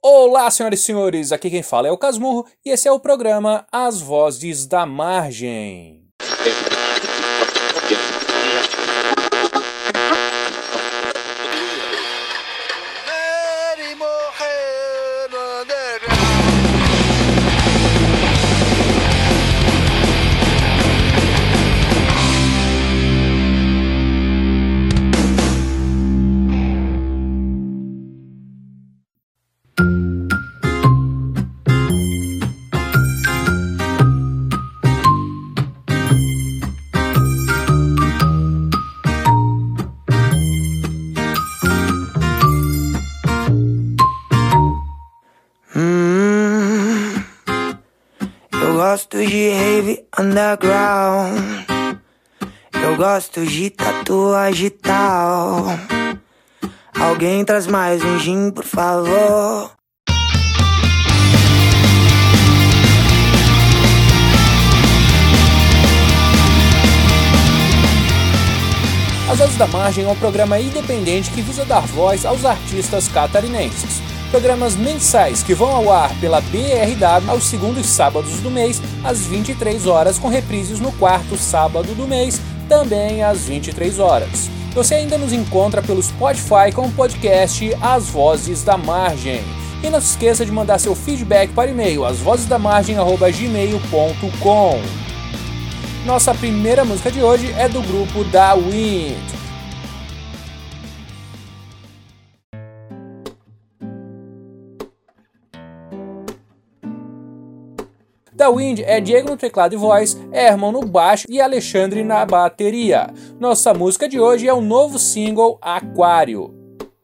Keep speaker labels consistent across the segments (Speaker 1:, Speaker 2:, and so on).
Speaker 1: Olá, senhoras e senhores, aqui quem fala é o Casmurro e esse é o programa As Vozes da Margem.
Speaker 2: Eu gosto de rave underground, eu gosto de tatuagem e tal. Alguém traz mais um gin, por favor.
Speaker 1: As Vozes da Margem é um programa independente que visa dar voz aos artistas catarinenses. Programas mensais que vão ao ar pela BRW aos segundos sábados do mês, às 23 horas, com reprises no quarto sábado do mês, também às 23 horas. Você ainda nos encontra pelo Spotify com o podcast As Vozes da Margem. E não se esqueça de mandar seu feedback para o e-mail asvozesdamargem@gmail.com. Nossa primeira música de hoje é do grupo Da Wind. Da Wind é Diego no teclado e voz, Herman no baixo e Alexandre na bateria. Nossa música de hoje é o novo single Aquário.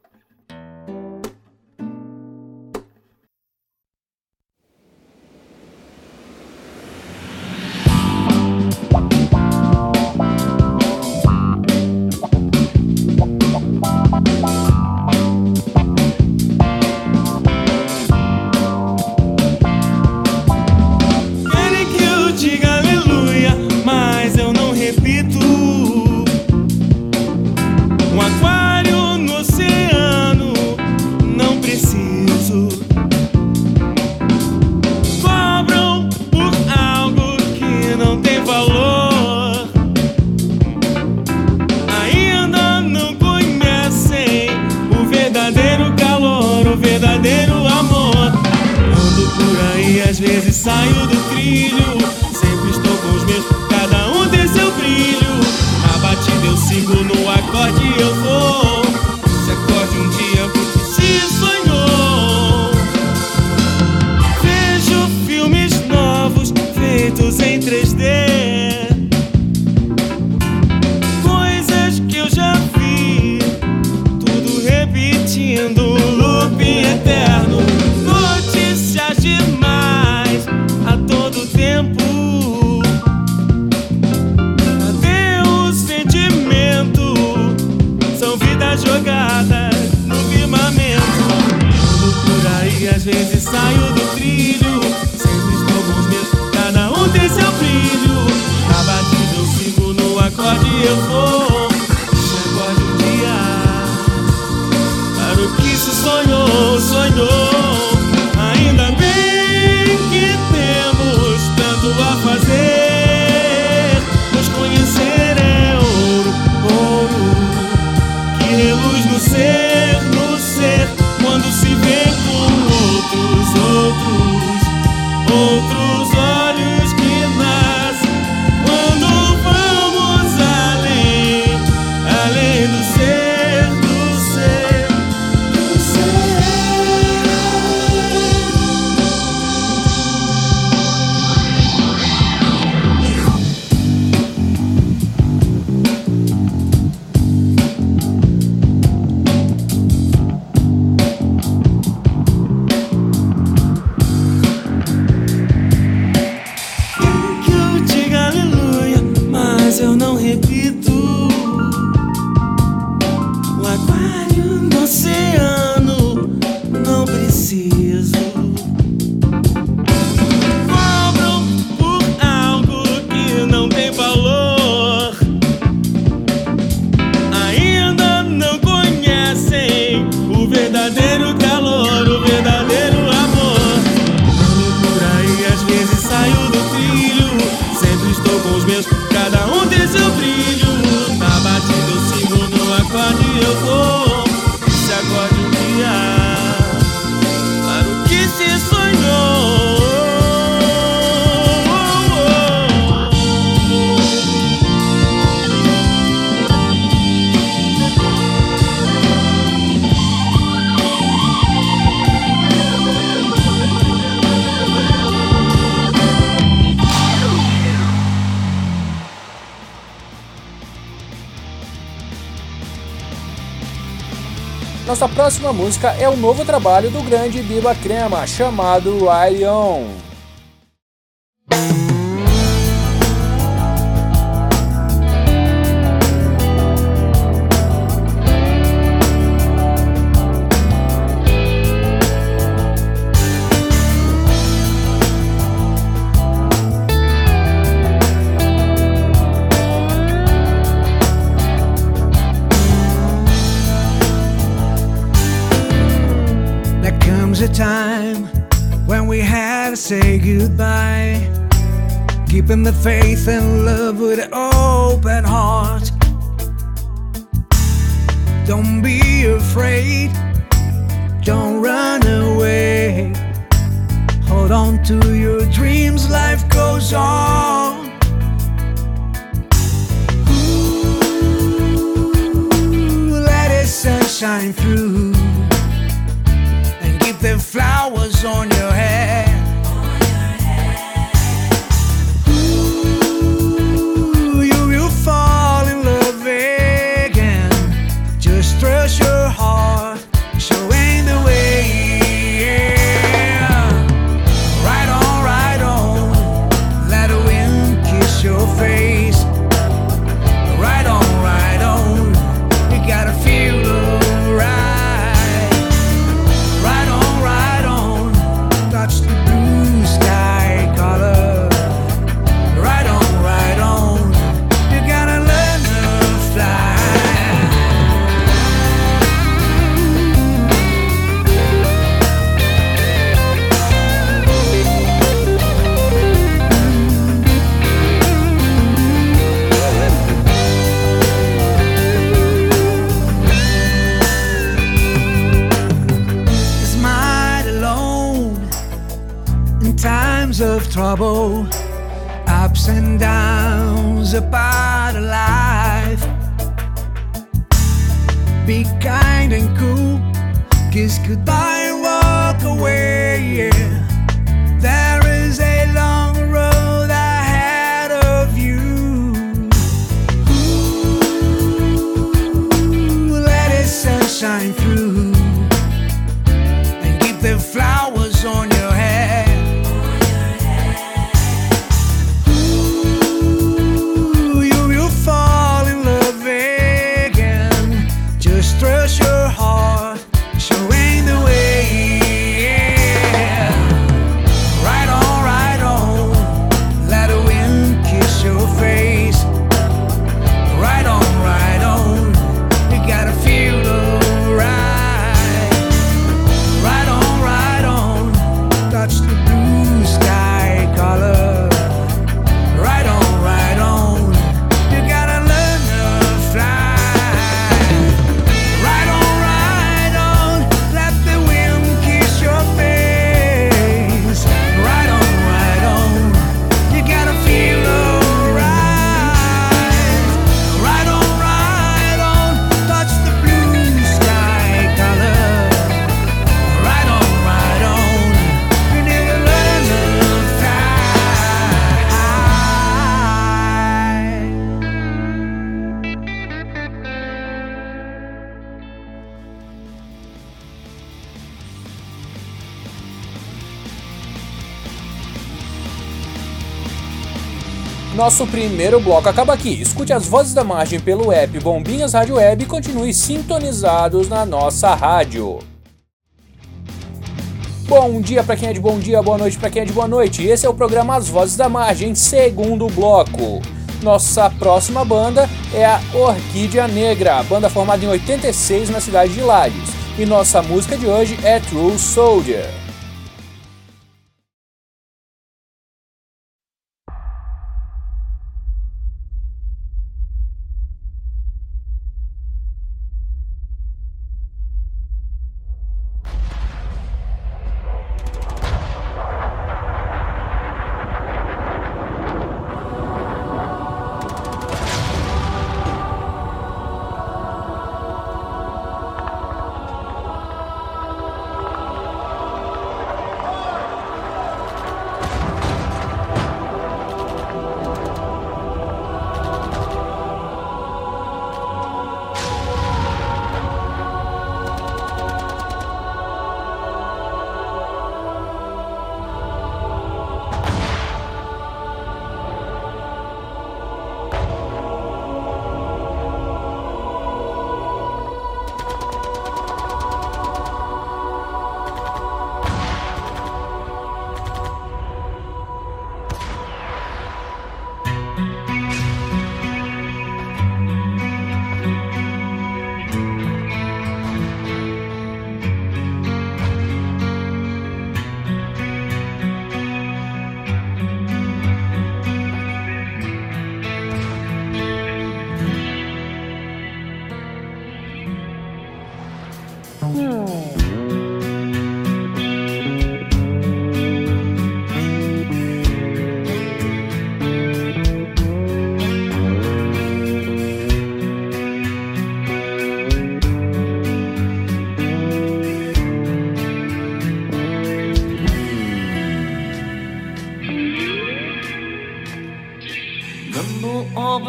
Speaker 3: Às vezes saio do trilho, sempre estou com os meus, cada um tem seu brilho. A batida eu sigo, no acorde eu vou. Se acorde um dia porque se sonhou. Vejo filmes novos feitos em 3D, coisas que eu já vi, tudo repetindo, loop eterno. Notícias demais a todo tempo, até o sentimento são vidas jogadas no firmamento. Ando por aí, às vezes saio do trilho, sempre estou com os meus, cada um tem seu brilho. A batida eu sigo, no acorde eu vou. Se acorde um dia para o que se sonhou, sonhou. Ainda bem que temos tanto a fazer. Nos conhecer é ouro, ouro que reluz no ser, no ser. Quando se vê com outros olhos que nascem. Quando vamos além do ser, do ser, do ser.
Speaker 1: Nossa próxima música é o novo trabalho do grande Biba Crema, chamado Ride On.
Speaker 4: A time when we had to say goodbye, keeping the faith and love with an open heart. Don't be afraid, don't run away, hold on to your dreams, life goes on. Ooh, let the sun shine through, the flowers on your head. Ooh, you will fall in love again. Just trust your heart, showing the way. Yeah. Ride on, let the wind kiss your face. Ride on, you gotta feel alright. Touch the blue sky color. Ride on, you gotta learn to fly. Times of trouble, ups and downs, a part of life. Be kind and cool, kiss goodbye and walk away, yeah. There is a long road ahead of you. Ooh, let the sun shine through, and keep the flowers on your head. Trust your heart, showing the way. Yeah. Ride on, let the wind kiss your face. Ride on, you gotta feel alright. Ride on, touch the blue sky color. Ride on, you gotta learn to fly.
Speaker 1: Nosso primeiro bloco acaba aqui. Escute as vozes da margem pelo app Bombinhas Rádio Web e continue sintonizados na nossa rádio. Bom dia para quem é de bom dia, boa noite para quem é de boa noite. Esse é o programa As Vozes da Margem, segundo bloco. Nossa próxima banda é a Orquídea Negra, banda formada em 86 na cidade de Lages. E nossa música de hoje é True Soldier.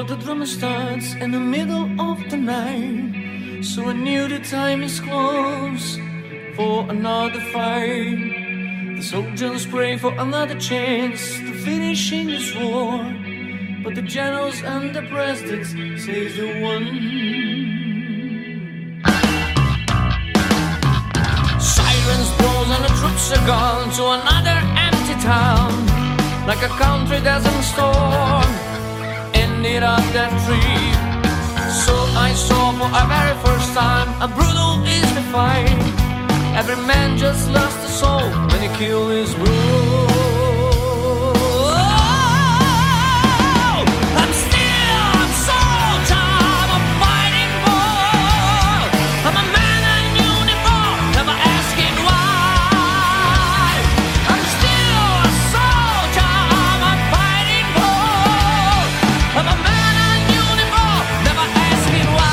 Speaker 3: the drummer starts in the middle of the night. So I knew the time is close for another fight. The soldiers pray for another chance to finishing this war, but the generals and the presidents say the one. Sirens blow and the troops are gone to another empty town, like a country desert storm ended up that tree. So I saw for a very first time a brutal is the fight. Every man just lost a soul when he killed his bro. I'm still a soldier, I'm a fighting for. I'm a man in uniform, never asking why. I'm still a soldier, I'm a fighting for. I'm a man in uniform, never asking why.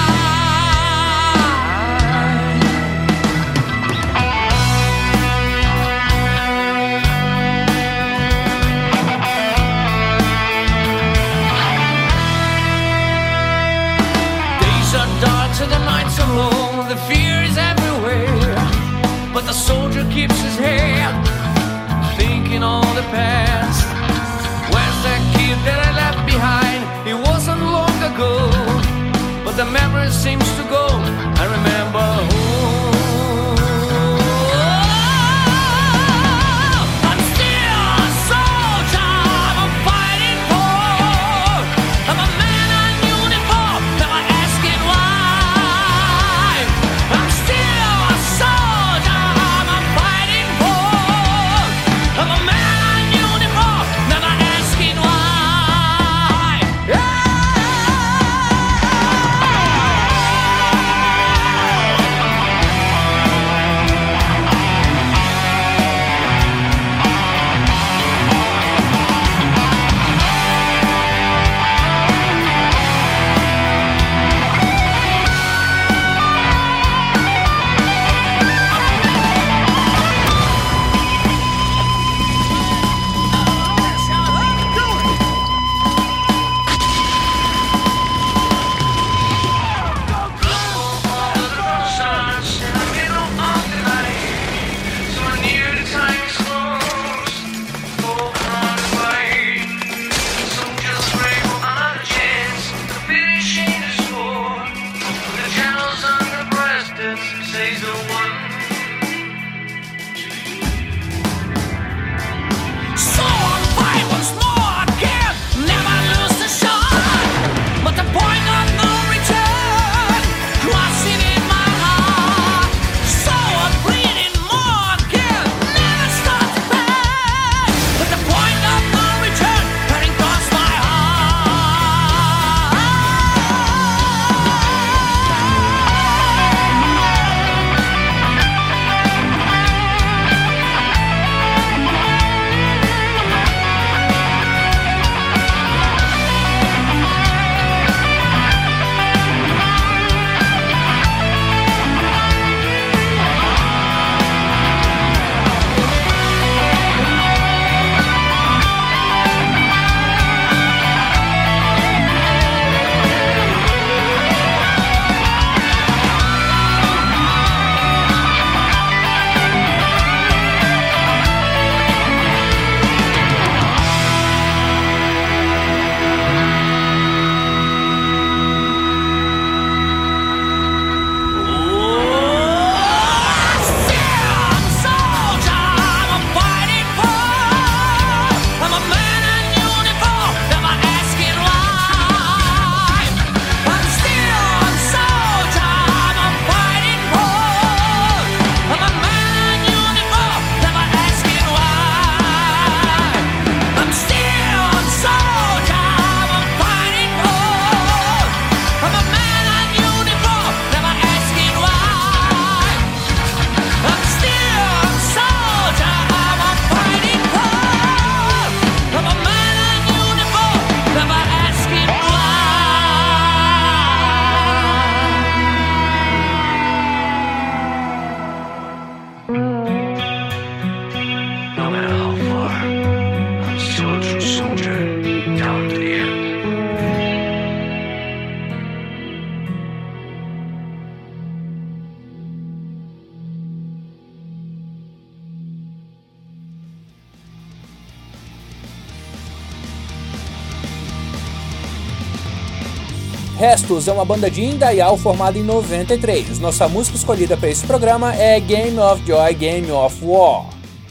Speaker 3: The nights are long, the fear is everywhere, but the soldier keeps his head, thinking on the past. Where's that kid that I left behind? It wasn't long ago, but the memory seems to go. I remember home. I'm still a soldier, I'm fighting for. I'm a man in uniform, never asking why. I'm still a soldier, I'm fighting for. I'm a man in uniform, never asking why. Yeah.
Speaker 1: Restos é uma banda de Indaial formada em 93. Nossa música escolhida para esse programa é Game of Joy, Game of War.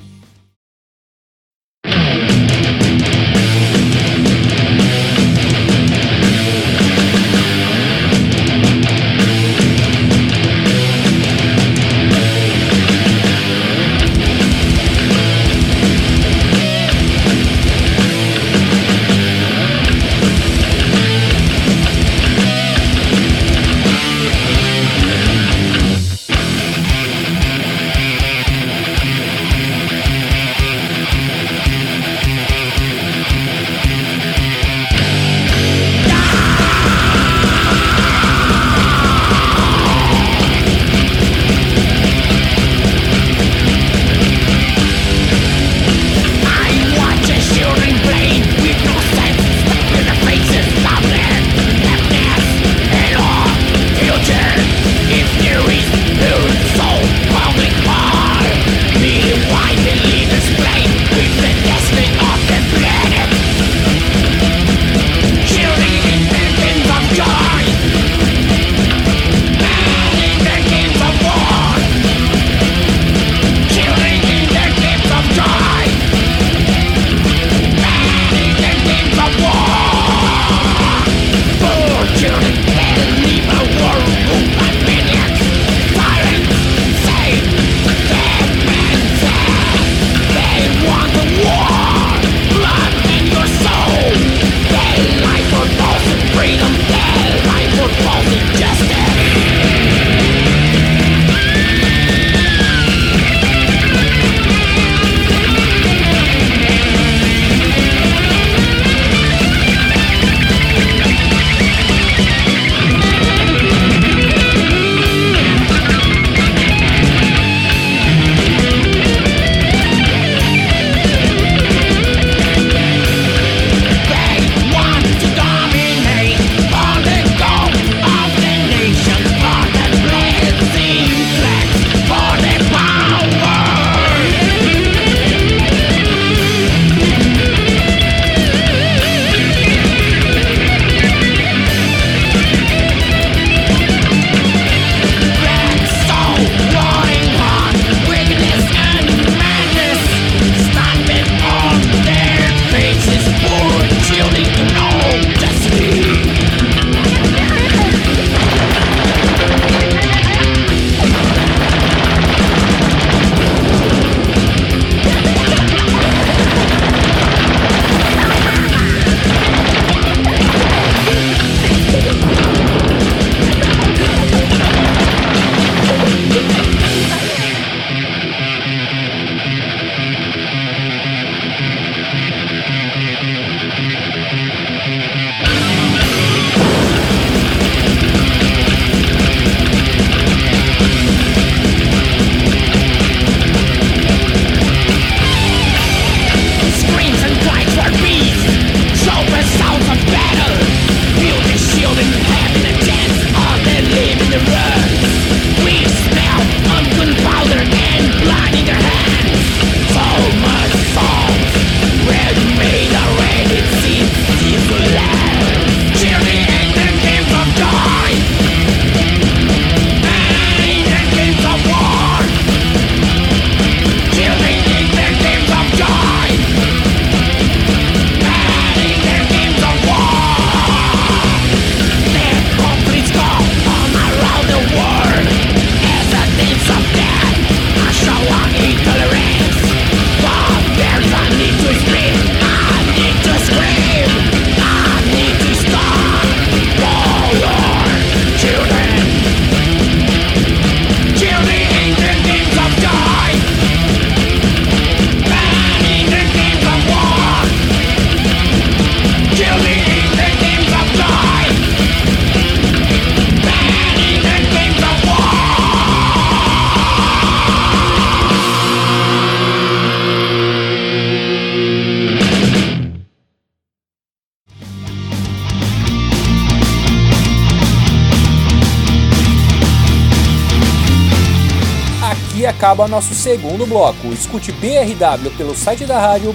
Speaker 1: aqui acaba nosso segundo bloco. Escute BRW pelo site da rádio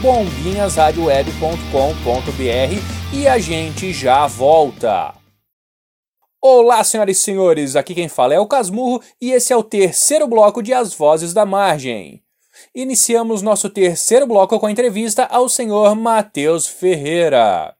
Speaker 1: bombinhasradioweb.com.br e a gente já volta. Olá, senhoras e senhores, aqui quem fala é o Casmurro e esse é o terceiro bloco de As Vozes da Margem. Iniciamos nosso terceiro bloco com a entrevista ao senhor Matheus Ferreira.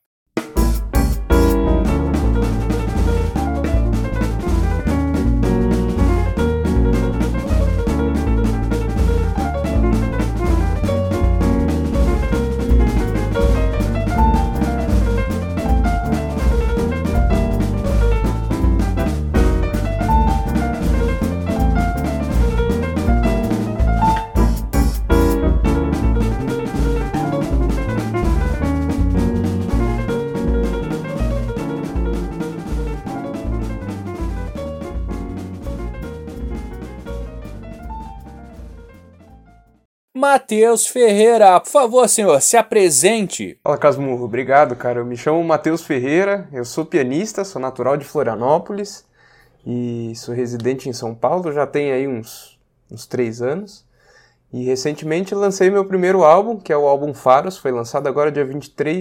Speaker 1: Matheus Ferreira, por favor, senhor, se apresente.
Speaker 5: Fala, Casmurro, obrigado, cara. Eu me chamo Matheus Ferreira, eu sou pianista, sou natural de Florianópolis e sou residente em São Paulo, já tem aí uns 3 anos. E recentemente lancei meu primeiro álbum, que é o álbum Faros, foi lançado agora dia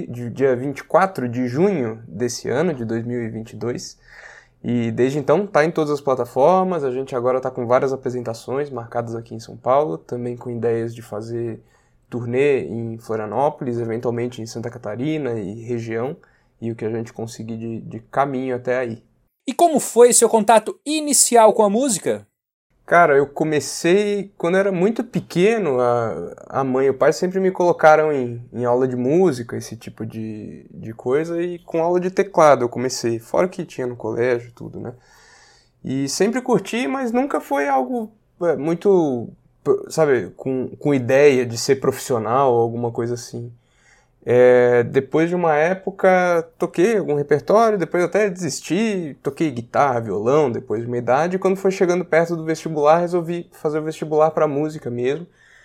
Speaker 5: 24 de junho desse ano, de 2022. E desde então está em todas as plataformas, a gente agora está com várias apresentações marcadas aqui em São Paulo, também com ideias de fazer turnê em Florianópolis, eventualmente em Santa Catarina e região, e o que a gente conseguir de caminho até aí.
Speaker 1: E como foi seu contato inicial com a música?
Speaker 5: Cara, eu comecei quando eu era muito pequeno, a mãe e o pai sempre me colocaram em aula de música, esse tipo de coisa, e com aula de teclado eu comecei, fora que tinha no colégio, tudo, né? E sempre curti, mas nunca foi algo muito, sabe, com ideia de ser profissional ou alguma coisa assim. Depois de uma época, toquei algum repertório, depois até desisti, toquei guitarra, violão, depois de uma idade, e quando foi chegando perto do vestibular, resolvi fazer o vestibular para música mesmo.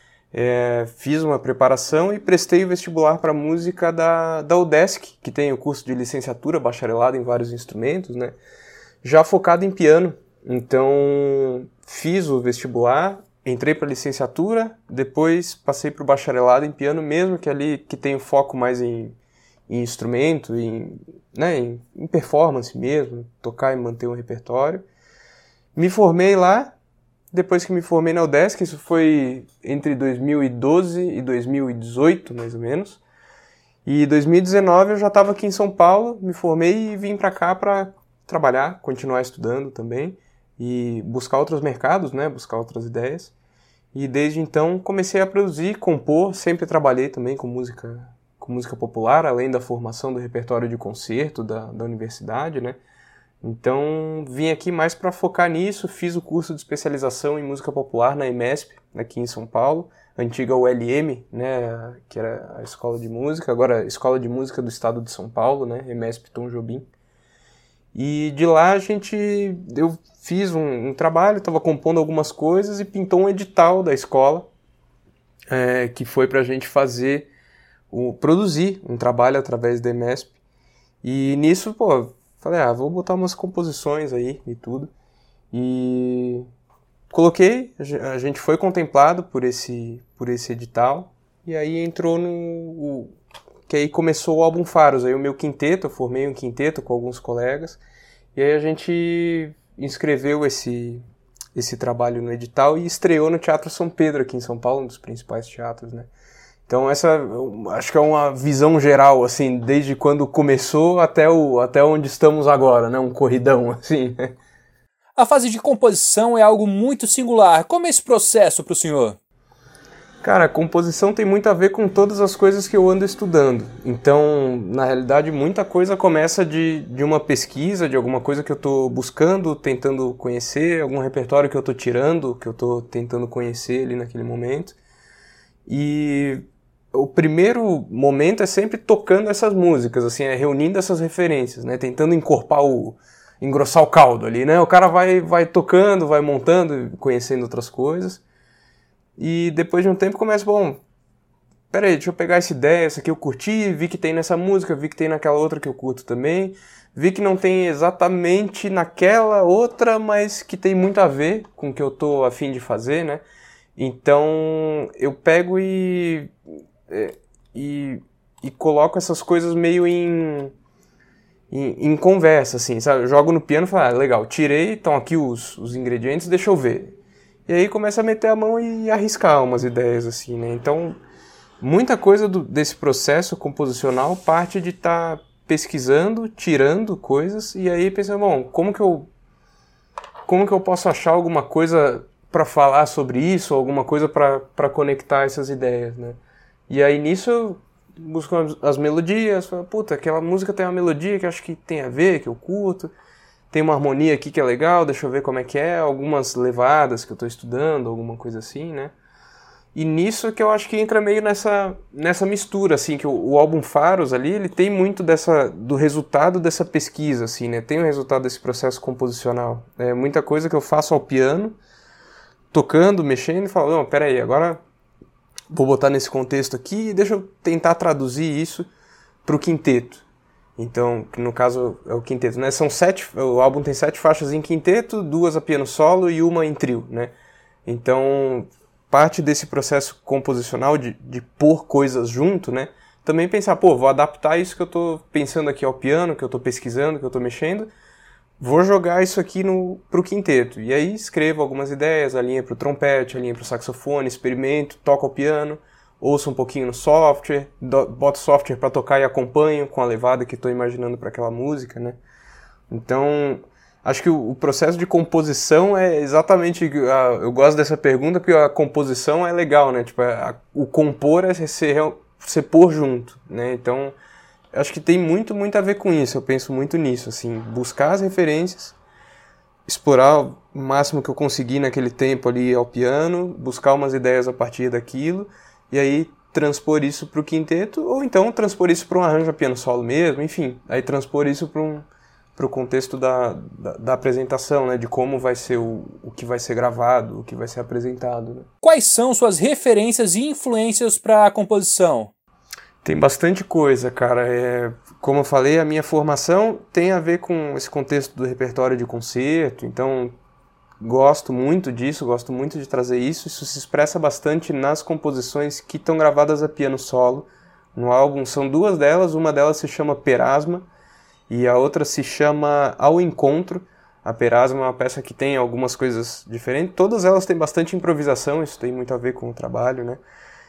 Speaker 5: Fiz uma preparação e prestei o vestibular para música da UDESC, que tem o curso de licenciatura, bacharelado em vários instrumentos, né? Já focado em piano. Então, fiz o vestibular, entrei para licenciatura, depois passei para o bacharelado em piano mesmo, que é ali que tem o foco mais em instrumento, em performance mesmo, tocar e manter um repertório. Me formei lá, depois que me formei na UDESC, isso foi entre 2012 e 2018, mais ou menos. E em 2019 eu já estava aqui em São Paulo, me formei e vim para cá para trabalhar, continuar estudando também e buscar outros mercados, né, buscar outras ideias. E desde então comecei a produzir, compor, sempre trabalhei também com música popular, além da formação do repertório de concerto da universidade, né. Então vim aqui mais para focar nisso, fiz o curso de especialização em música popular na EMESP, aqui em São Paulo, antiga ULM, né, que era a escola de música, agora a Escola de Música do Estado de São Paulo, né, EMESP Tom Jobim. E de lá eu fiz um trabalho, estava compondo algumas coisas e pintou um edital da escola, que foi para a gente produzir um trabalho através da EMESP. E nisso, falei, vou botar umas composições aí e tudo. E coloquei, a gente foi contemplado por esse edital, e aí entrou que aí começou o álbum Faros, aí o meu quinteto, eu formei um quinteto com alguns colegas, e aí a gente inscreveu esse trabalho no edital e estreou no Teatro São Pedro aqui em São Paulo, um dos principais teatros, né? Então essa, acho que é uma visão geral, assim, desde quando começou até onde estamos agora, né? Um corridão, assim.
Speaker 1: A fase de composição é algo muito singular. Como é esse processo para o senhor?
Speaker 5: Cara, a composição tem muito a ver com todas as coisas que eu ando estudando. Então, na realidade, muita coisa começa de uma pesquisa, de alguma coisa que eu estou buscando, tentando conhecer, algum repertório que eu estou tirando, que eu estou tentando conhecer ali naquele momento. E o primeiro momento é sempre tocando essas músicas, assim, reunindo essas referências, né? Tentando engrossar o caldo ali, né? O cara vai tocando, vai montando, conhecendo outras coisas. E depois de um tempo começa, peraí, deixa eu pegar essa ideia, essa aqui eu curti, vi que tem nessa música, vi que tem naquela outra que eu curto também, vi que não tem exatamente naquela outra, mas que tem muito a ver com o que eu tô a fim de fazer, né? Então eu pego e coloco essas coisas meio em em conversa, assim, sabe? Eu jogo no piano e falo, legal, tirei, estão aqui os ingredientes, deixa eu ver. E aí começa a meter a mão e arriscar umas ideias, assim, né? Então, muita coisa desse processo composicional parte de estar pesquisando, tirando coisas, e aí pensando, bom, como que eu posso achar alguma coisa para falar sobre isso, alguma coisa para conectar essas ideias, né? E aí nisso eu busco as melodias, falo, puta, aquela música tem uma melodia que eu acho que tem a ver, que eu curto, tem uma harmonia aqui que é legal, deixa eu ver como é que é, algumas levadas que eu estou estudando, alguma coisa assim, né? E nisso que eu acho que entra meio nessa mistura, assim, que o álbum Faros ali, ele tem muito do resultado dessa pesquisa, assim, né? Tem o resultado desse processo composicional. É muita coisa que eu faço ao piano, tocando, mexendo, e falo, não, peraí, agora vou botar nesse contexto aqui e deixa eu tentar traduzir isso para o quinteto. Então, que no caso é o quinteto, né? O álbum tem 7 faixas em quinteto, 2 a piano solo e 1 em trio, né? Então, parte desse processo composicional de pôr coisas junto, né? Também pensar, vou adaptar isso que eu tô pensando aqui ao piano, que eu tô pesquisando, que eu tô mexendo, vou jogar isso aqui pro quinteto. E aí escrevo algumas ideias, alinha pro trompete, alinha pro saxofone, experimento, toco ao piano, ouço um pouquinho no software, boto software para tocar e acompanho com a levada que estou imaginando para aquela música, né? Então, acho que o processo de composição é exatamente... eu gosto dessa pergunta porque a composição é legal, né? Tipo, o compor é você pôr junto, né? Então, acho que tem muito, muito a ver com isso. Eu penso muito nisso, assim, buscar as referências, explorar o máximo que eu conseguir naquele tempo ali ao piano, buscar umas ideias a partir daquilo, e aí transpor isso para o quinteto, ou então transpor isso para um arranjo a piano solo mesmo, enfim, aí transpor isso para o contexto da apresentação, né, de como vai ser o que vai ser gravado, o que vai ser apresentado. Né.
Speaker 1: Quais são suas referências e influências para a composição?
Speaker 5: Tem bastante coisa, cara. Como eu falei, a minha formação tem a ver com esse contexto do repertório de concerto, então gosto muito disso, gosto muito de trazer isso. Isso se expressa bastante nas composições que estão gravadas a piano solo no álbum. São 2 delas, uma delas se chama Perasma e a outra se chama Ao Encontro. A Perasma é uma peça que tem algumas coisas diferentes, todas elas têm bastante improvisação, isso tem muito a ver com o trabalho, né?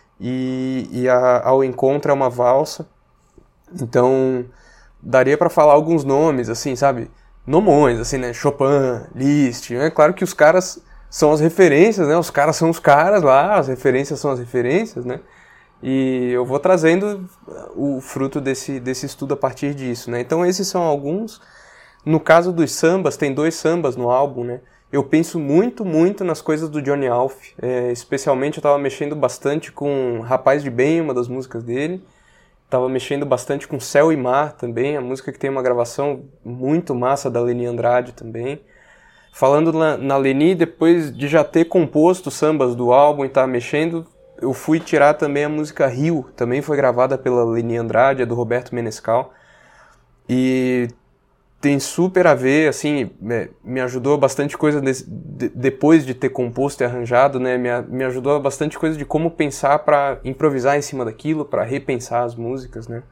Speaker 5: E Ao Encontro é uma valsa, então daria para falar alguns nomes, assim, sabe? Nomões, assim, né? Chopin, Liszt, é claro que os caras são as referências, né? Os caras são os caras lá, as referências são as referências, né? E eu vou trazendo o fruto desse estudo a partir disso, né? Então esses são alguns. No caso dos sambas, tem 2 sambas no álbum, né? Eu penso muito, muito nas coisas do Johnny Alf. Especialmente eu estava mexendo bastante com Rapaz de Bem, uma das músicas dele. Estava mexendo bastante com Céu e Mar também, a música que tem uma gravação muito massa da Leni Andrade também. Falando na Leni, depois de já ter composto sambas do álbum e estar mexendo, eu fui tirar também a música Rio, também foi gravada pela Leni Andrade, é do Roberto Menescal. E tem super a ver, assim, me ajudou bastante coisa depois de ter composto e arranjado, né, me ajudou bastante coisa de como pensar para improvisar em cima daquilo, para repensar as músicas, né.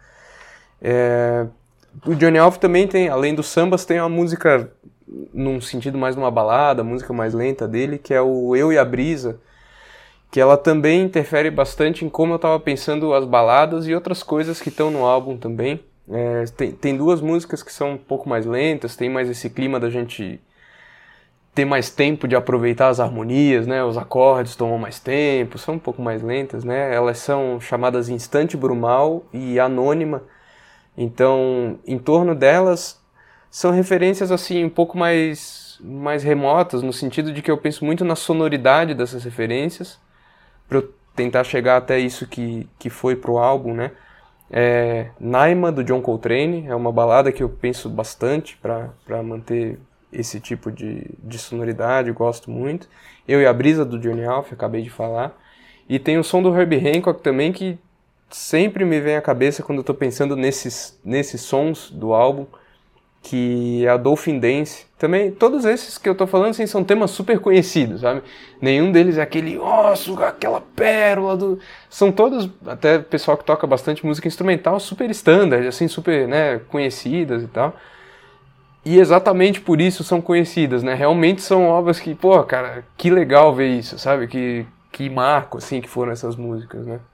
Speaker 5: O Johnny Alf também tem, além dos sambas, tem uma música num sentido mais numa balada, a música mais lenta dele, que é o Eu e a Brisa, que ela também interfere bastante em como eu estava pensando as baladas e outras coisas que estão no álbum também. Tem 2 músicas que são um pouco mais lentas, tem mais esse clima da gente ter mais tempo de aproveitar as harmonias, né? Os acordes tomam mais tempo, são um pouco mais lentas, né? Elas são chamadas Instante Brumal e Anônima, então em torno delas são referências assim um pouco mais remotas, no sentido de que eu penso muito na sonoridade dessas referências, para eu tentar chegar até isso que foi pro álbum, né? Naima, do John Coltrane, é uma balada que eu penso bastante para manter esse tipo de sonoridade, gosto muito. Eu e a Brisa, do Johnny Alf, acabei de falar. E tem o som do Herbie Hancock também, que sempre me vem à cabeça quando eu estou pensando nesses sons do álbum, que é a Dolphin Dance. Também, todos esses que eu tô falando, assim, são temas super conhecidos, sabe? Nenhum deles é aquele, aquela pérola do... São todos, até pessoal que toca bastante música instrumental, super standard, assim, super, né, conhecidas e tal. E exatamente por isso são conhecidas, né? Realmente são obras que, pô, cara, que legal ver isso, sabe? Que marco, assim, que foram essas músicas, né?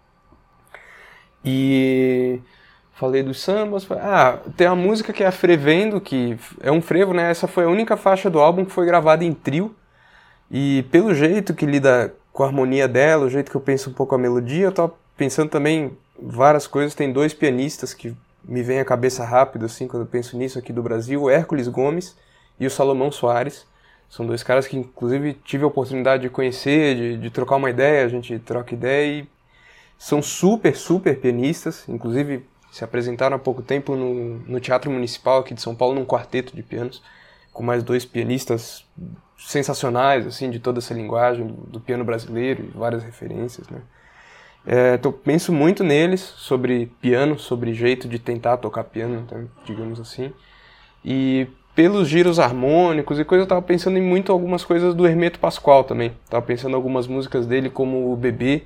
Speaker 5: E... falei dos sambas. Tem a música que é a Frevendo, que é um frevo, né? Essa foi a única faixa do álbum que foi gravada em trio. E pelo jeito que lida com a harmonia dela, o jeito que eu penso um pouco a melodia, eu tava pensando também várias coisas. Tem 2 pianistas que me vêm à cabeça rápido, assim, quando eu penso nisso aqui do Brasil. O Hércules Gomes e o Salomão Soares. São 2 caras que, inclusive, tive a oportunidade de conhecer, de trocar uma ideia. A gente troca ideia e são super, super pianistas. Inclusive, se apresentaram há pouco tempo no Teatro Municipal aqui de São Paulo, num quarteto de pianos, com mais 2 pianistas sensacionais, assim, de toda essa linguagem do piano brasileiro e várias referências, né? Então, penso muito neles, sobre piano, sobre jeito de tentar tocar piano, então, digamos assim. E pelos giros harmônicos e coisa, eu tava pensando em muito algumas coisas do Hermeto Pascoal também. Tava pensando em algumas músicas dele, como o Bebê.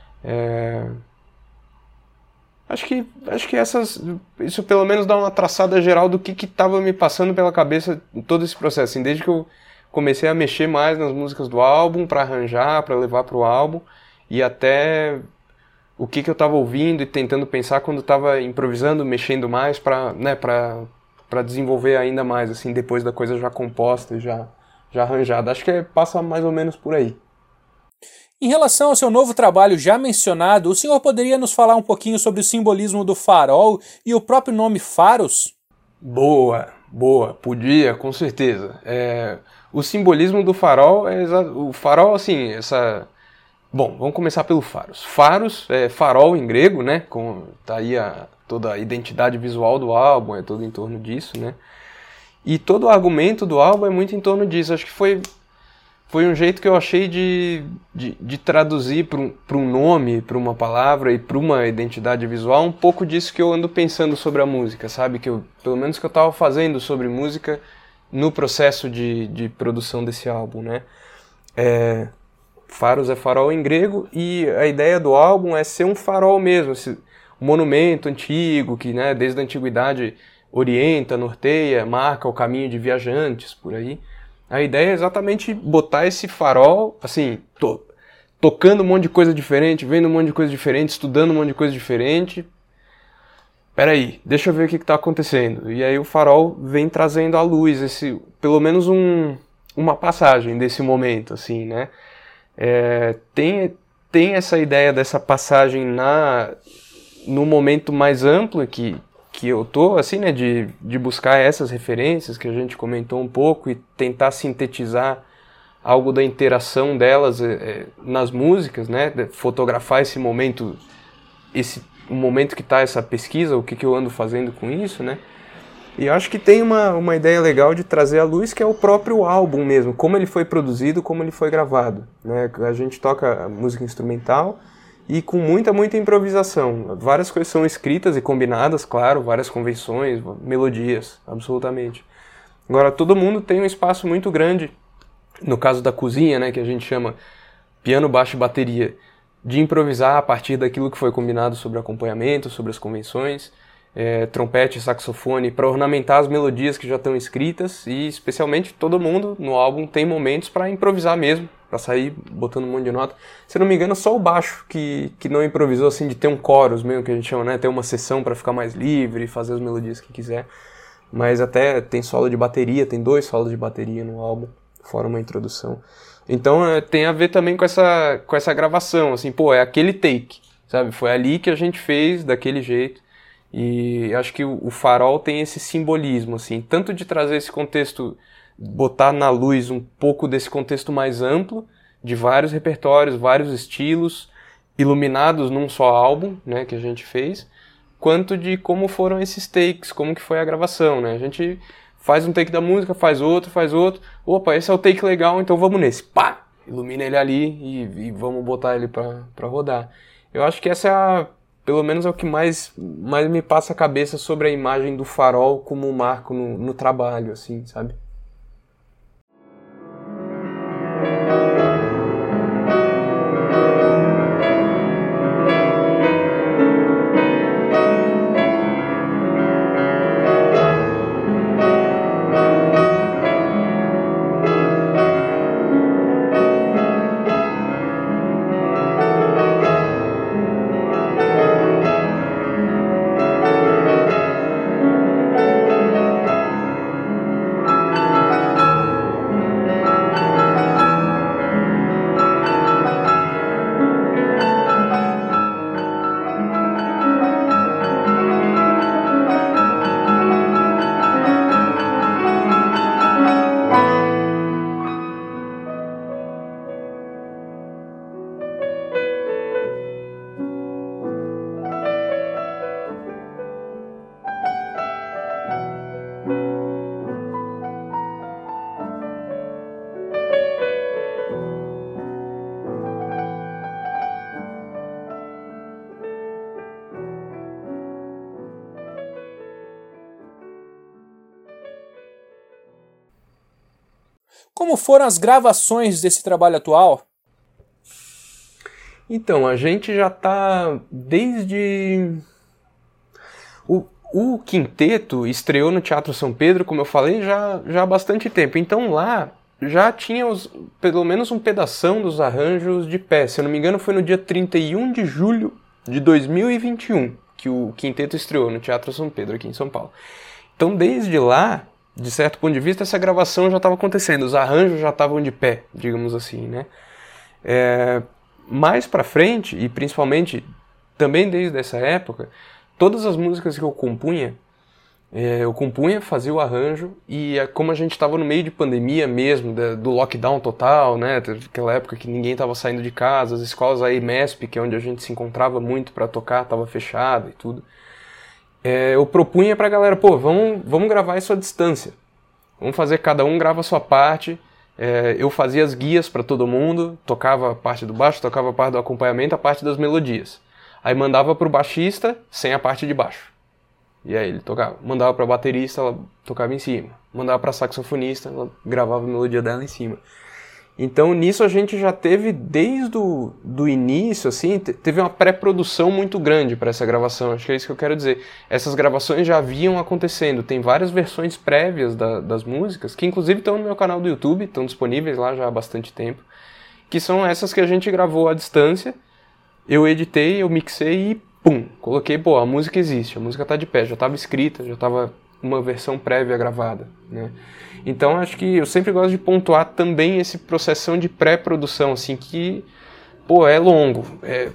Speaker 5: Acho que isso pelo menos dá uma traçada geral do que estava me passando pela cabeça em todo esse processo. Assim, desde que eu comecei a mexer mais nas músicas do álbum, para arranjar, para levar para o álbum, e até o que eu estava ouvindo e tentando pensar quando estava improvisando, mexendo mais para desenvolver ainda mais, assim, depois da coisa já composta e já arranjada. Acho que passa mais ou menos por aí.
Speaker 1: Em relação ao seu novo trabalho já mencionado, o senhor poderia nos falar um pouquinho sobre o simbolismo do farol e o próprio nome Faros?
Speaker 5: Boa, podia, com certeza. O simbolismo do farol o farol, assim, Bom, vamos começar pelo Faros. Faros é farol em grego, né? Tá aí toda a identidade visual do álbum, é todo em torno disso, né? E todo o argumento do álbum é muito em torno disso. Acho que foi um jeito que eu achei de traduzir para um nome, para uma palavra e para uma identidade visual um pouco disso que eu ando pensando sobre a música, sabe? Pelo menos que eu estava fazendo sobre música no processo de produção desse álbum, né? Faros é farol em grego e a ideia do álbum é ser um farol mesmo, um monumento antigo que, né, desde a antiguidade orienta, norteia, marca o caminho de viajantes por aí. A ideia é exatamente botar esse farol, assim, tocando um monte de coisa diferente, vendo um monte de coisa diferente, estudando um monte de coisa diferente. Peraí, deixa eu ver o que está acontecendo. E aí o farol vem trazendo à luz, pelo menos uma passagem desse momento, assim, né? Tem essa ideia dessa passagem no momento mais amplo que eu tô, assim, né, de buscar essas referências que a gente comentou um pouco e tentar sintetizar algo da interação delas nas músicas, né, fotografar esse momento, o momento que está essa pesquisa, o que eu ando fazendo com isso, né. E eu acho que tem uma ideia legal de trazer à luz, que é o próprio álbum mesmo, como ele foi produzido, como ele foi gravado, né. A gente toca música instrumental e com muita improvisação. Várias coisas são escritas e combinadas, claro, várias convenções, melodias, absolutamente. Agora, todo mundo tem um espaço muito grande, no caso da cozinha, né, que a gente chama piano, baixo e bateria, de improvisar a partir daquilo que foi combinado sobre acompanhamento, sobre as convenções, trompete, saxofone, para ornamentar as melodias que já estão escritas, e especialmente todo mundo no álbum tem momentos para improvisar mesmo, para sair botando um monte de nota. Se não me engano, só o baixo que não improvisou, assim, de ter um chorus mesmo, que a gente chama, né, ter uma sessão para ficar mais livre, fazer as melodias que quiser. Mas até tem solo de bateria, tem 2 solos de bateria no álbum, fora uma introdução. Então tem a ver também com essa gravação, assim, é aquele take, sabe? Foi ali que a gente fez, daquele jeito. E acho que o farol tem esse simbolismo, assim, tanto de trazer esse contexto, botar na luz um pouco desse contexto mais amplo, de vários repertórios, vários estilos, iluminados num só álbum, né, que a gente fez, quanto de como foram esses takes, como que foi a gravação, né? A gente faz um take da música, faz outro, opa, esse é o take legal, então vamos nesse, pá! Ilumina ele ali e vamos botar ele pra rodar. Eu acho que essa pelo menos é o que mais me passa a cabeça sobre a imagem do farol como um marco no trabalho, assim, sabe?
Speaker 1: Como foram as gravações desse trabalho atual?
Speaker 5: Então, a gente já tá desde... O quinteto estreou no Teatro São Pedro, como eu falei, já há bastante tempo. Então lá já tinha pelo menos um pedação dos arranjos de pé. Se eu não me engano, foi no dia 31 de julho de 2021 que o quinteto estreou no Teatro São Pedro, aqui em São Paulo. Então, desde lá, de certo ponto de vista, essa gravação já estava acontecendo, os arranjos já estavam de pé, digamos assim, né? Mais pra frente, e principalmente também desde essa época, todas as músicas que eu compunha, fazia o arranjo, e como a gente estava no meio de pandemia mesmo, do lockdown total, né? Aquela época que ninguém estava saindo de casa, as escolas aí, MESP, que é onde a gente se encontrava muito para tocar, estava fechada e tudo. Eu propunha pra galera, vamos gravar isso à distância. Vamos fazer, cada um grava a sua parte. Eu fazia as guias pra todo mundo, tocava a parte do baixo, tocava a parte do acompanhamento, a parte das melodias. Aí mandava pro baixista sem a parte de baixo. E aí ele tocava. Mandava pra baterista, ela tocava em cima. Mandava pra saxofonista, ela gravava a melodia dela em cima. Então nisso a gente já teve, desde do início, assim, teve uma pré-produção muito grande para essa gravação, acho que é isso que eu quero dizer. Essas gravações já vinham acontecendo, tem várias versões prévias das músicas, que inclusive estão no meu canal do YouTube, estão disponíveis lá já há bastante tempo, que são essas que a gente gravou à distância, eu editei, eu mixei e pum, coloquei, a música existe, a música tá de pé, já estava escrita, já estava uma versão prévia gravada, né? Então acho que eu sempre gosto de pontuar também esse processão de pré-produção, assim, que, é longo.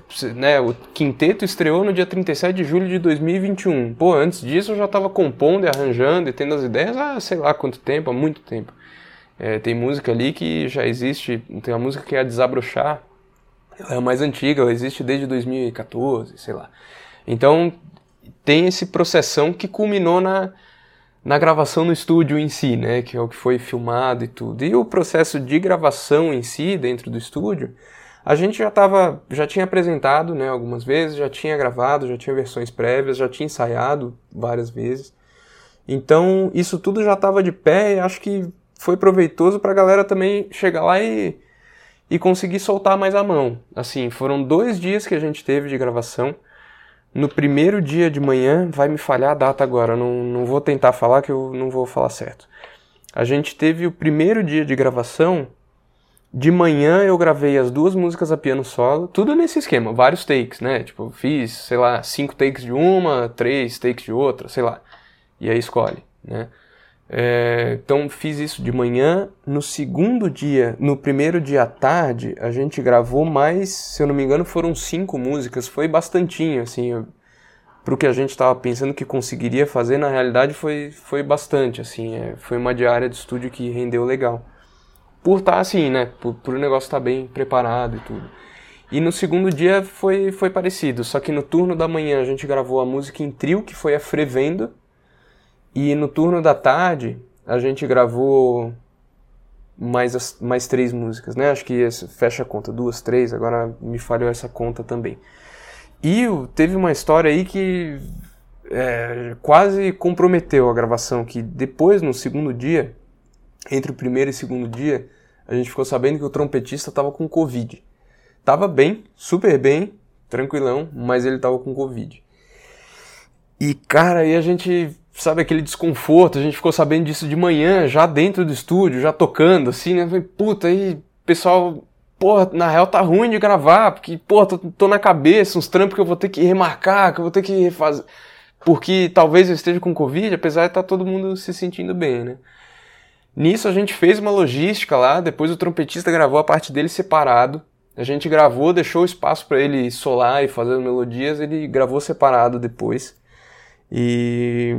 Speaker 5: Né, o quinteto estreou no dia 37 de julho de 2021. Antes disso eu já estava compondo e arranjando e tendo as ideias há sei lá quanto tempo, há muito tempo. Tem música ali que já existe, tem uma música que é a Desabrochar, ela é a mais antiga, ela existe desde 2014, sei lá. Então tem esse processão que culminou na gravação no estúdio em si, né, que é o que foi filmado e tudo. E o processo de gravação em si, dentro do estúdio, a gente já tinha apresentado, né, algumas vezes, já tinha gravado, já tinha versões prévias, já tinha ensaiado várias vezes. Então, isso tudo já estava de pé e acho que foi proveitoso para a galera também chegar lá e conseguir soltar mais a mão. Assim, foram 2 dias que a gente teve de gravação. No primeiro dia de manhã, vai me falhar a data agora, não vou tentar falar que eu não vou falar certo. A gente teve o primeiro dia de gravação, de manhã eu gravei as 2 músicas a piano solo, tudo nesse esquema, vários takes, né? Tipo, fiz, sei lá, 5 takes de uma, 3 takes de outra, sei lá. E aí escolhe, né? Então fiz isso de manhã. No segundo dia, no primeiro dia à tarde, a gente gravou mais, se eu não me engano, foram 5 músicas, foi bastantinho, assim, pro que a gente estava pensando que conseguiria fazer, na realidade foi bastante, assim, foi uma diária de estúdio que rendeu legal. Por estar assim, né, por o negócio estar bem preparado e tudo. E no segundo dia foi parecido, só que no turno da manhã a gente gravou a música em trio, que foi a Frevendo, e no turno da tarde a gente gravou mais 3 músicas, né? Acho que fecha a conta, 2, 3, agora me falhou essa conta também. E teve uma história aí que quase comprometeu a gravação, que depois, no segundo dia, entre o primeiro e segundo dia, a gente ficou sabendo que o trompetista estava com Covid. Tava bem, super bem, tranquilão, mas ele tava com Covid. E, cara, aí a gente, sabe, aquele desconforto, a gente ficou sabendo disso de manhã, já dentro do estúdio, já tocando, assim, né? Falei, puta, aí, pessoal, porra, na real tá ruim de gravar, porque, porra, tô na cabeça, uns trampos que eu vou ter que remarcar, que eu vou ter que refazer, porque talvez eu esteja com Covid, apesar de estar todo mundo se sentindo bem, né? Nisso a gente fez uma logística lá, depois o trompetista gravou a parte dele separado, a gente gravou, deixou espaço para ele solar e fazer as melodias, ele gravou separado depois. E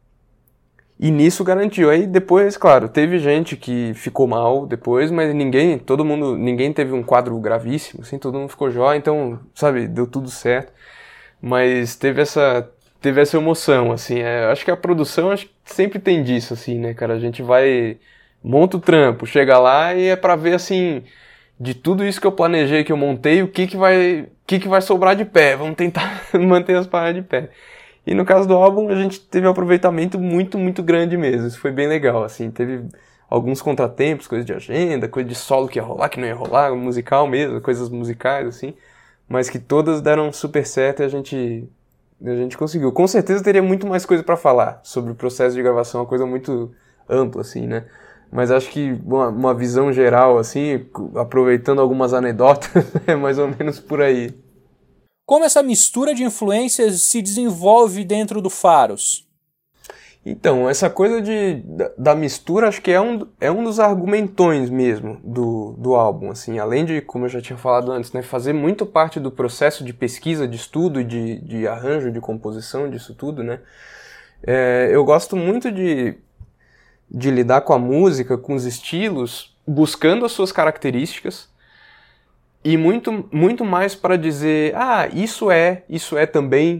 Speaker 5: nisso garantiu. Aí depois, claro, teve gente que ficou mal depois, mas ninguém teve um quadro gravíssimo, assim, todo mundo ficou jóia, então, sabe, deu tudo certo. Mas teve essa emoção, assim, acho que a produção sempre tem disso, assim, né, cara, a gente monta o trampo, chega lá e é pra ver, assim, de tudo isso que eu planejei, que eu montei, o que vai sobrar de pé, vamos tentar manter as paradas de pé. E no caso do álbum, a gente teve um aproveitamento muito, muito grande mesmo, isso foi bem legal, assim, teve alguns contratempos, coisas de agenda, coisa de solo que ia rolar, que não ia rolar, musical mesmo, coisas musicais, assim, mas que todas deram super certo e a gente conseguiu. Com certeza teria muito mais coisa pra falar sobre o processo de gravação, uma coisa muito ampla, assim, né? Mas acho que uma visão geral, assim, aproveitando algumas anedotas, é mais ou menos por aí.
Speaker 1: Como essa mistura de influências se desenvolve dentro do Pharos?
Speaker 5: Então, essa coisa da mistura acho que é um dos argumentões mesmo do álbum, assim, além de, como eu já tinha falado antes, né, fazer muito parte do processo de pesquisa, de estudo e de arranjo, de composição, disso tudo, né, eu gosto muito de lidar com a música, com os estilos, buscando as suas características e muito, muito mais para dizer, isso é também,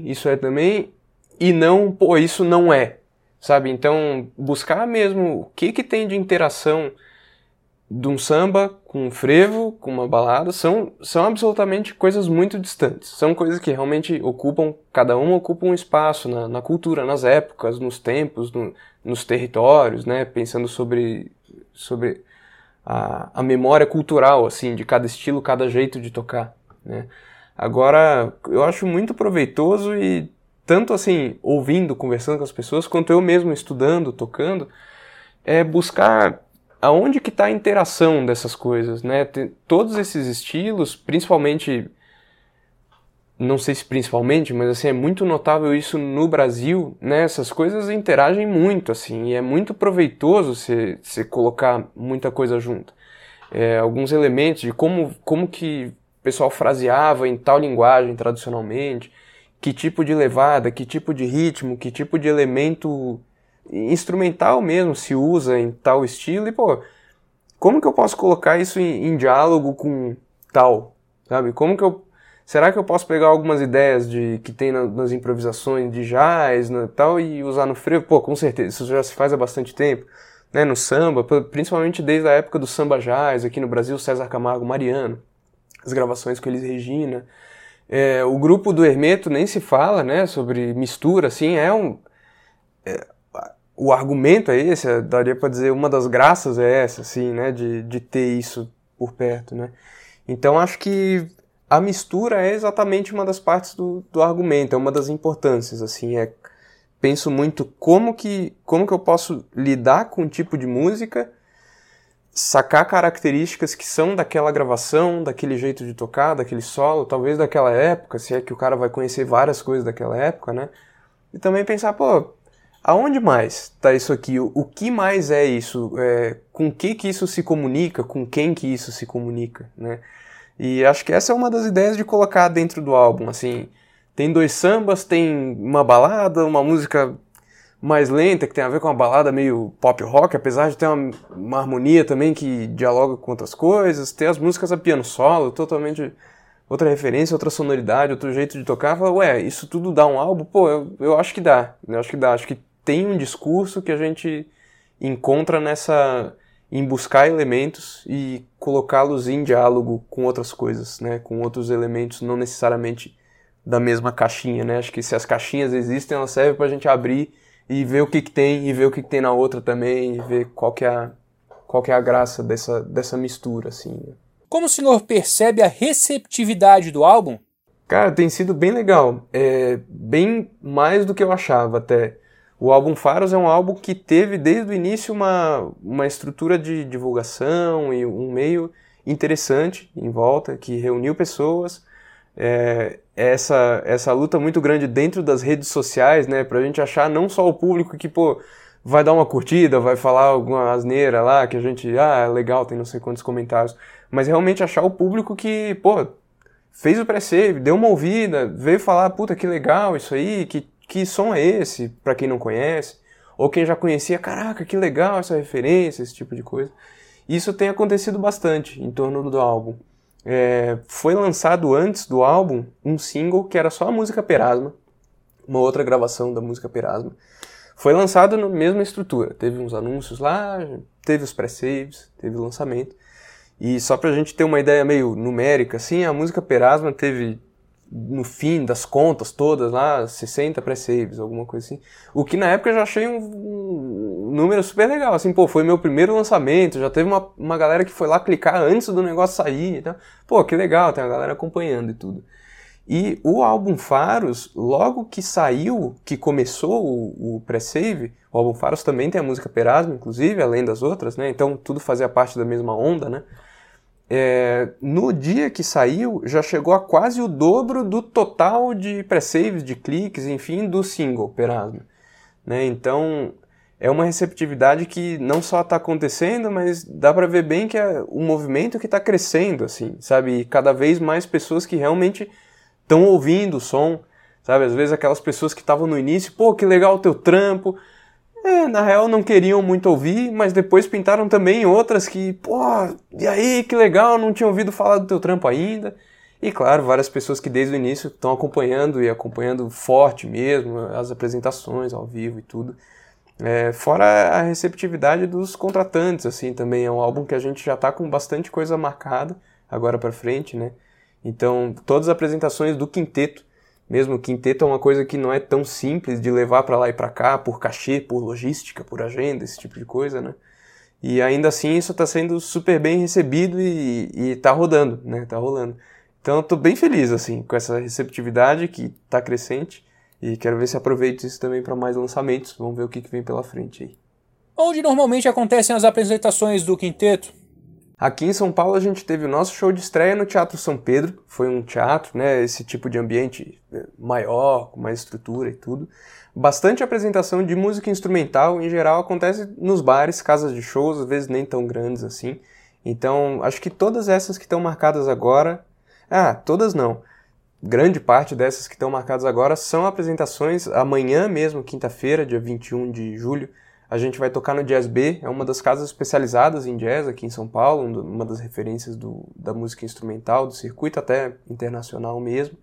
Speaker 5: e não, pô, isso não é. Sabe, então buscar mesmo o que tem de interação de um samba com um frevo, com uma balada, são absolutamente coisas muito distantes. São coisas que realmente cada uma ocupa um espaço na cultura, nas épocas, nos tempos, nos territórios, né? Pensando sobre a memória cultural, assim, de cada estilo, cada jeito de tocar, né? Agora, eu acho muito proveitoso e tanto assim, ouvindo, conversando com as pessoas, quanto eu mesmo estudando, tocando, buscar aonde que está a interação dessas coisas, né? Todos esses estilos, principalmente, não sei se principalmente, mas assim, é muito notável isso no Brasil, né? Essas coisas interagem muito, assim, e é muito proveitoso você colocar muita coisa junto. Alguns elementos de como que o pessoal fraseava em tal linguagem tradicionalmente, que tipo de levada, que tipo de ritmo, que tipo de elemento instrumental mesmo se usa em tal estilo, e pô, como que eu posso colocar isso em diálogo com tal, sabe? Será que eu posso pegar algumas ideias que tem nas improvisações de jazz, tal, e usar no frevo? Pô, com certeza, isso já se faz há bastante tempo, né? No samba, principalmente desde a época do samba jazz, aqui no Brasil, César Camargo, Mariano, as gravações com Elis Regina. O grupo do Hermeto nem se fala, né, sobre mistura, assim, o argumento é esse, daria para dizer, uma das graças é essa, assim, né, de ter isso por perto, né. Então acho que a mistura é exatamente uma das partes do argumento, é uma das importâncias, assim, penso muito como que eu posso lidar com um tipo de música, sacar características que são daquela gravação, daquele jeito de tocar, daquele solo, talvez daquela época, se é que o cara vai conhecer várias coisas daquela época, né? E também pensar, pô, aonde mais tá isso aqui? O que mais é isso? Com que isso se comunica? Com quem que isso se comunica, né? E acho que essa é uma das ideias de colocar dentro do álbum, assim, tem 2 sambas, tem uma balada, uma música mais lenta, que tem a ver com uma balada meio pop rock, apesar de ter uma harmonia também que dialoga com outras coisas, tem as músicas a piano solo, totalmente outra referência, outra sonoridade, outro jeito de tocar. Fala, isso tudo dá um álbum? Pô, eu acho que dá, acho que tem um discurso que a gente encontra em buscar elementos e colocá-los em diálogo com outras coisas, né, com outros elementos não necessariamente da mesma caixinha, né? Acho que se as caixinhas existem, elas servem pra gente abrir e ver o que tem, e ver o que tem na outra também, e ver qual que é a graça dessa mistura, assim, né?
Speaker 1: Como o senhor percebe a receptividade do álbum?
Speaker 5: Cara, tem sido bem legal, bem mais do que eu achava até. O álbum Faros é um álbum que teve desde o início uma estrutura de divulgação e um meio interessante em volta, que reuniu pessoas. Essa luta muito grande dentro das redes sociais, né, pra gente achar não só o público que, pô, vai dar uma curtida, vai falar alguma asneira lá, que a gente, legal, tem não sei quantos comentários, mas realmente achar o público que, pô, fez o pré-save, deu uma ouvida, veio falar, puta, que legal isso aí, que som é esse, pra quem não conhece, ou quem já conhecia, caraca, que legal essa referência, esse tipo de coisa. Isso tem acontecido bastante em torno do álbum. Foi lançado antes do álbum um single que era só a música Perasma, uma outra gravação da música Perasma. Foi lançado na mesma estrutura, teve uns anúncios lá, teve os pré-saves, teve o lançamento. E só pra gente ter uma ideia meio numérica, assim, a música Perasma teve, no fim das contas todas lá, 60 pré-saves, alguma coisa assim. O que na época eu já achei um número super legal, assim, pô, foi meu primeiro lançamento, já teve uma galera que foi lá clicar antes do negócio sair, então, pô, que legal, tem a galera acompanhando e tudo. E o álbum Faros, logo que saiu, que começou o pré-save, o álbum Faros também tem a música Perasma, inclusive, além das outras, né? Então tudo fazia parte da mesma onda, né? No dia que saiu, já chegou a quase o dobro do total de pré-saves, de cliques, enfim, do single Perasma, né? Então é uma receptividade que não só está acontecendo, mas dá para ver bem que é um movimento que está crescendo, assim, sabe? E cada vez mais pessoas que realmente estão ouvindo o som, sabe? Às vezes aquelas pessoas que estavam no início, pô, que legal o teu trampo. Na real não queriam muito ouvir, mas depois pintaram também outras que, pô, e aí, que legal, não tinha ouvido falar do teu trampo ainda. E claro, várias pessoas que desde o início estão acompanhando e acompanhando forte mesmo, as apresentações ao vivo e tudo. Fora a receptividade dos contratantes, assim, também é um álbum que a gente já tá com bastante coisa marcada agora pra frente, né? Então, todas as apresentações do quinteto, mesmo o quinteto é uma coisa que não é tão simples de levar pra lá e pra cá, por cachê, por logística, por agenda, esse tipo de coisa, né? E ainda assim isso tá sendo super bem recebido e tá rodando, né? Tá rolando. Então eu tô bem feliz, assim, com essa receptividade que tá crescente e quero ver se aproveito isso também para mais lançamentos. Vamos ver o que vem pela frente aí.
Speaker 1: Onde normalmente acontecem as apresentações do quinteto?
Speaker 5: Aqui em São Paulo a gente teve o nosso show de estreia no Teatro São Pedro. Foi um teatro, né, esse tipo de ambiente maior, com mais estrutura e tudo. Bastante apresentação de música instrumental, em geral, acontece nos bares, casas de shows, às vezes nem tão grandes assim. Então, acho que todas essas que estão marcadas agora... todas não. Grande parte dessas que estão marcadas agora são apresentações. Amanhã mesmo, quinta-feira, dia 21 de julho, a gente vai tocar no Jazz B, é uma das casas especializadas em jazz aqui em São Paulo, uma das referências da música instrumental, do circuito até internacional mesmo.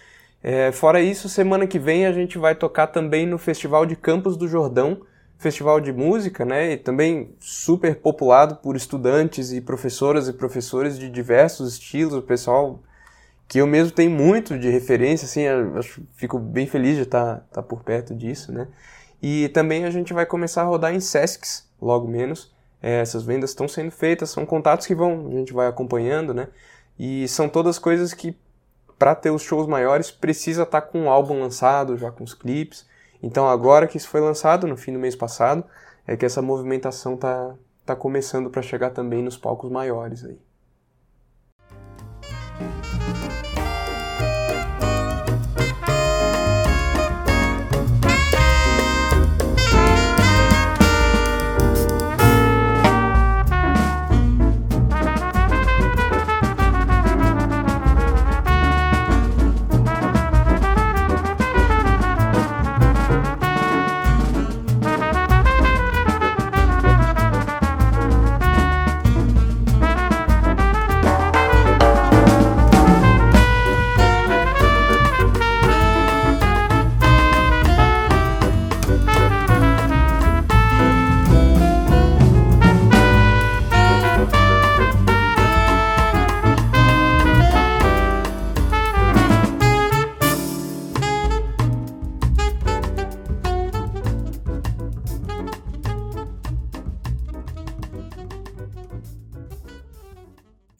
Speaker 5: Fora isso, semana que vem a gente vai tocar também no Festival de Campos do Jordão, festival de música, né, e também super populado por estudantes e professoras e professores de diversos estilos, o pessoal que eu mesmo tenho muito de referência, assim, fico bem feliz de estar por perto disso, né. E também a gente vai começar a rodar em Sescs, logo menos. Essas vendas estão sendo feitas, são contatos que a gente vai acompanhando, né? E são todas coisas que, para ter os shows maiores, precisa estar com o álbum lançado, já com os clipes. Então agora que isso foi lançado, no fim do mês passado, é que essa movimentação tá começando para chegar também nos palcos maiores aí.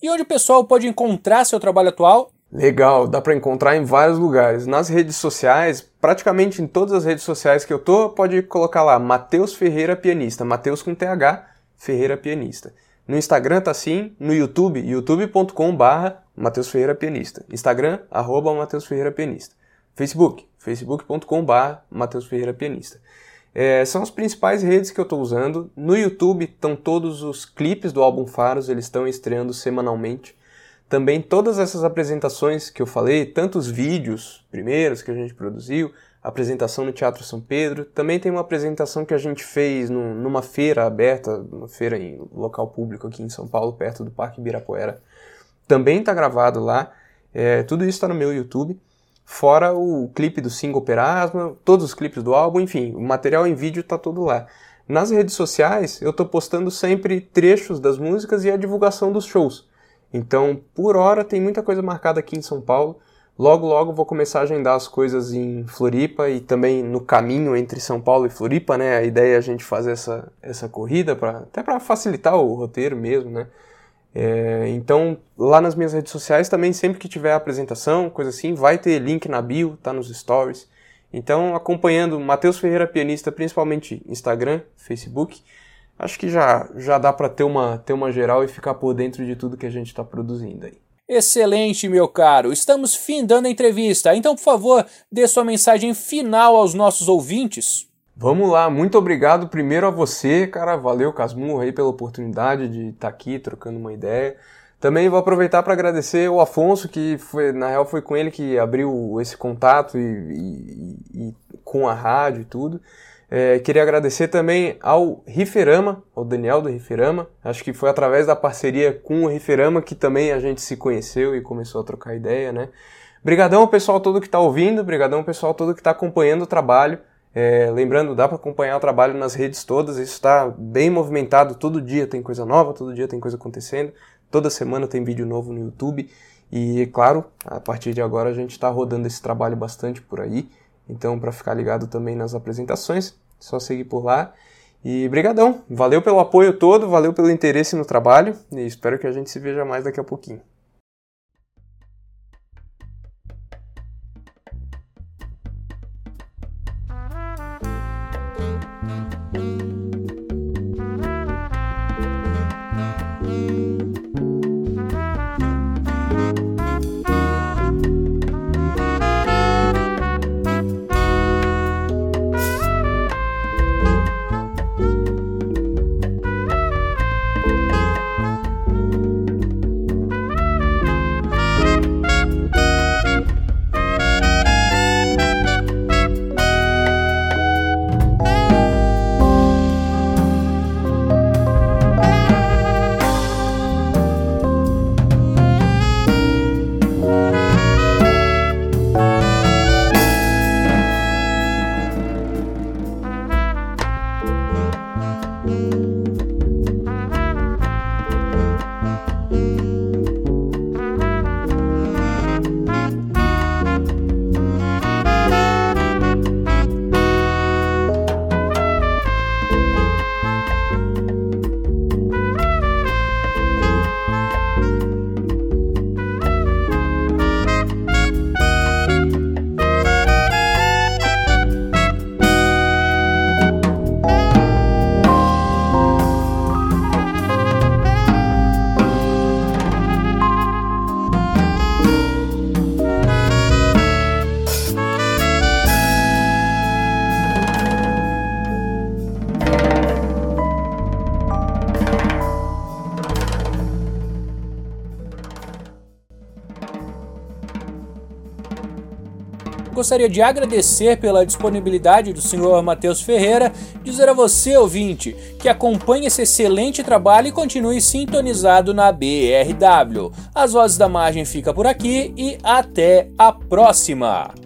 Speaker 1: E onde o pessoal pode encontrar seu trabalho atual?
Speaker 5: Legal, dá para encontrar em vários lugares. Nas redes sociais, praticamente em todas as redes sociais que eu tô, pode colocar lá Matheus Ferreira Pianista, Matheus com TH, Ferreira Pianista. No Instagram tá assim, no YouTube, youtube.com/Matheus Ferreira Pianista. Instagram, @Matheus Ferreira Pianista. Facebook, facebook.com/Matheus Ferreira Pianista. São as principais redes que eu estou usando. No YouTube estão todos os clipes do álbum Faros, eles estão estreando semanalmente. Também todas essas apresentações que eu falei, tanto os vídeos primeiros que a gente produziu, a apresentação no Teatro São Pedro, também tem uma apresentação que a gente fez numa feira aberta, uma feira em local público aqui em São Paulo, perto do Parque Ibirapuera. Também está gravado lá, tudo isso está no meu YouTube. Fora o clipe do single Perasma, todos os clipes do álbum, enfim, o material em vídeo tá todo lá. Nas redes sociais, eu tô postando sempre trechos das músicas e a divulgação dos shows. Então, por hora, tem muita coisa marcada aqui em São Paulo. Logo, logo vou começar a agendar as coisas em Floripa e também no caminho entre São Paulo e Floripa, né? A ideia é a gente fazer essa corrida, até para facilitar o roteiro mesmo, né? Então, lá nas minhas redes sociais também, sempre que tiver apresentação, coisa assim, vai ter link na bio, tá nos stories. Então, acompanhando Matheus Ferreira Pianista, principalmente Instagram, Facebook, acho que já dá para ter uma geral e ficar por dentro de tudo que a gente está produzindo aí.
Speaker 1: Excelente, meu caro. Estamos findando a entrevista, então, por favor, dê sua mensagem final aos nossos ouvintes.
Speaker 5: Vamos lá, muito obrigado primeiro a você, cara, valeu Casmurro aí pela oportunidade de estar aqui trocando uma ideia. Também vou aproveitar para agradecer o Afonso, que na real foi com ele que abriu esse contato e com a rádio e tudo. Queria agradecer também ao Riferama, ao Daniel do Riferama, acho que foi através da parceria com o Riferama que também a gente se conheceu e começou a trocar ideia, né? Brigadão ao pessoal todo que está ouvindo, brigadão ao pessoal todo que está acompanhando o trabalho. Lembrando, dá para acompanhar o trabalho nas redes todas, isso está bem movimentado, todo dia tem coisa nova, todo dia tem coisa acontecendo, toda semana tem vídeo novo no YouTube e, claro, a partir de agora a gente está rodando esse trabalho bastante por aí, então para ficar ligado também nas apresentações, só seguir por lá. E brigadão, valeu pelo apoio todo, valeu pelo interesse no trabalho e espero que a gente se veja mais daqui a pouquinho.
Speaker 1: Gostaria de agradecer pela disponibilidade do senhor Matheus Ferreira, dizer a você, ouvinte, que acompanhe esse excelente trabalho e continue sintonizado na BRW. As Vozes da Margem fica por aqui e até a próxima!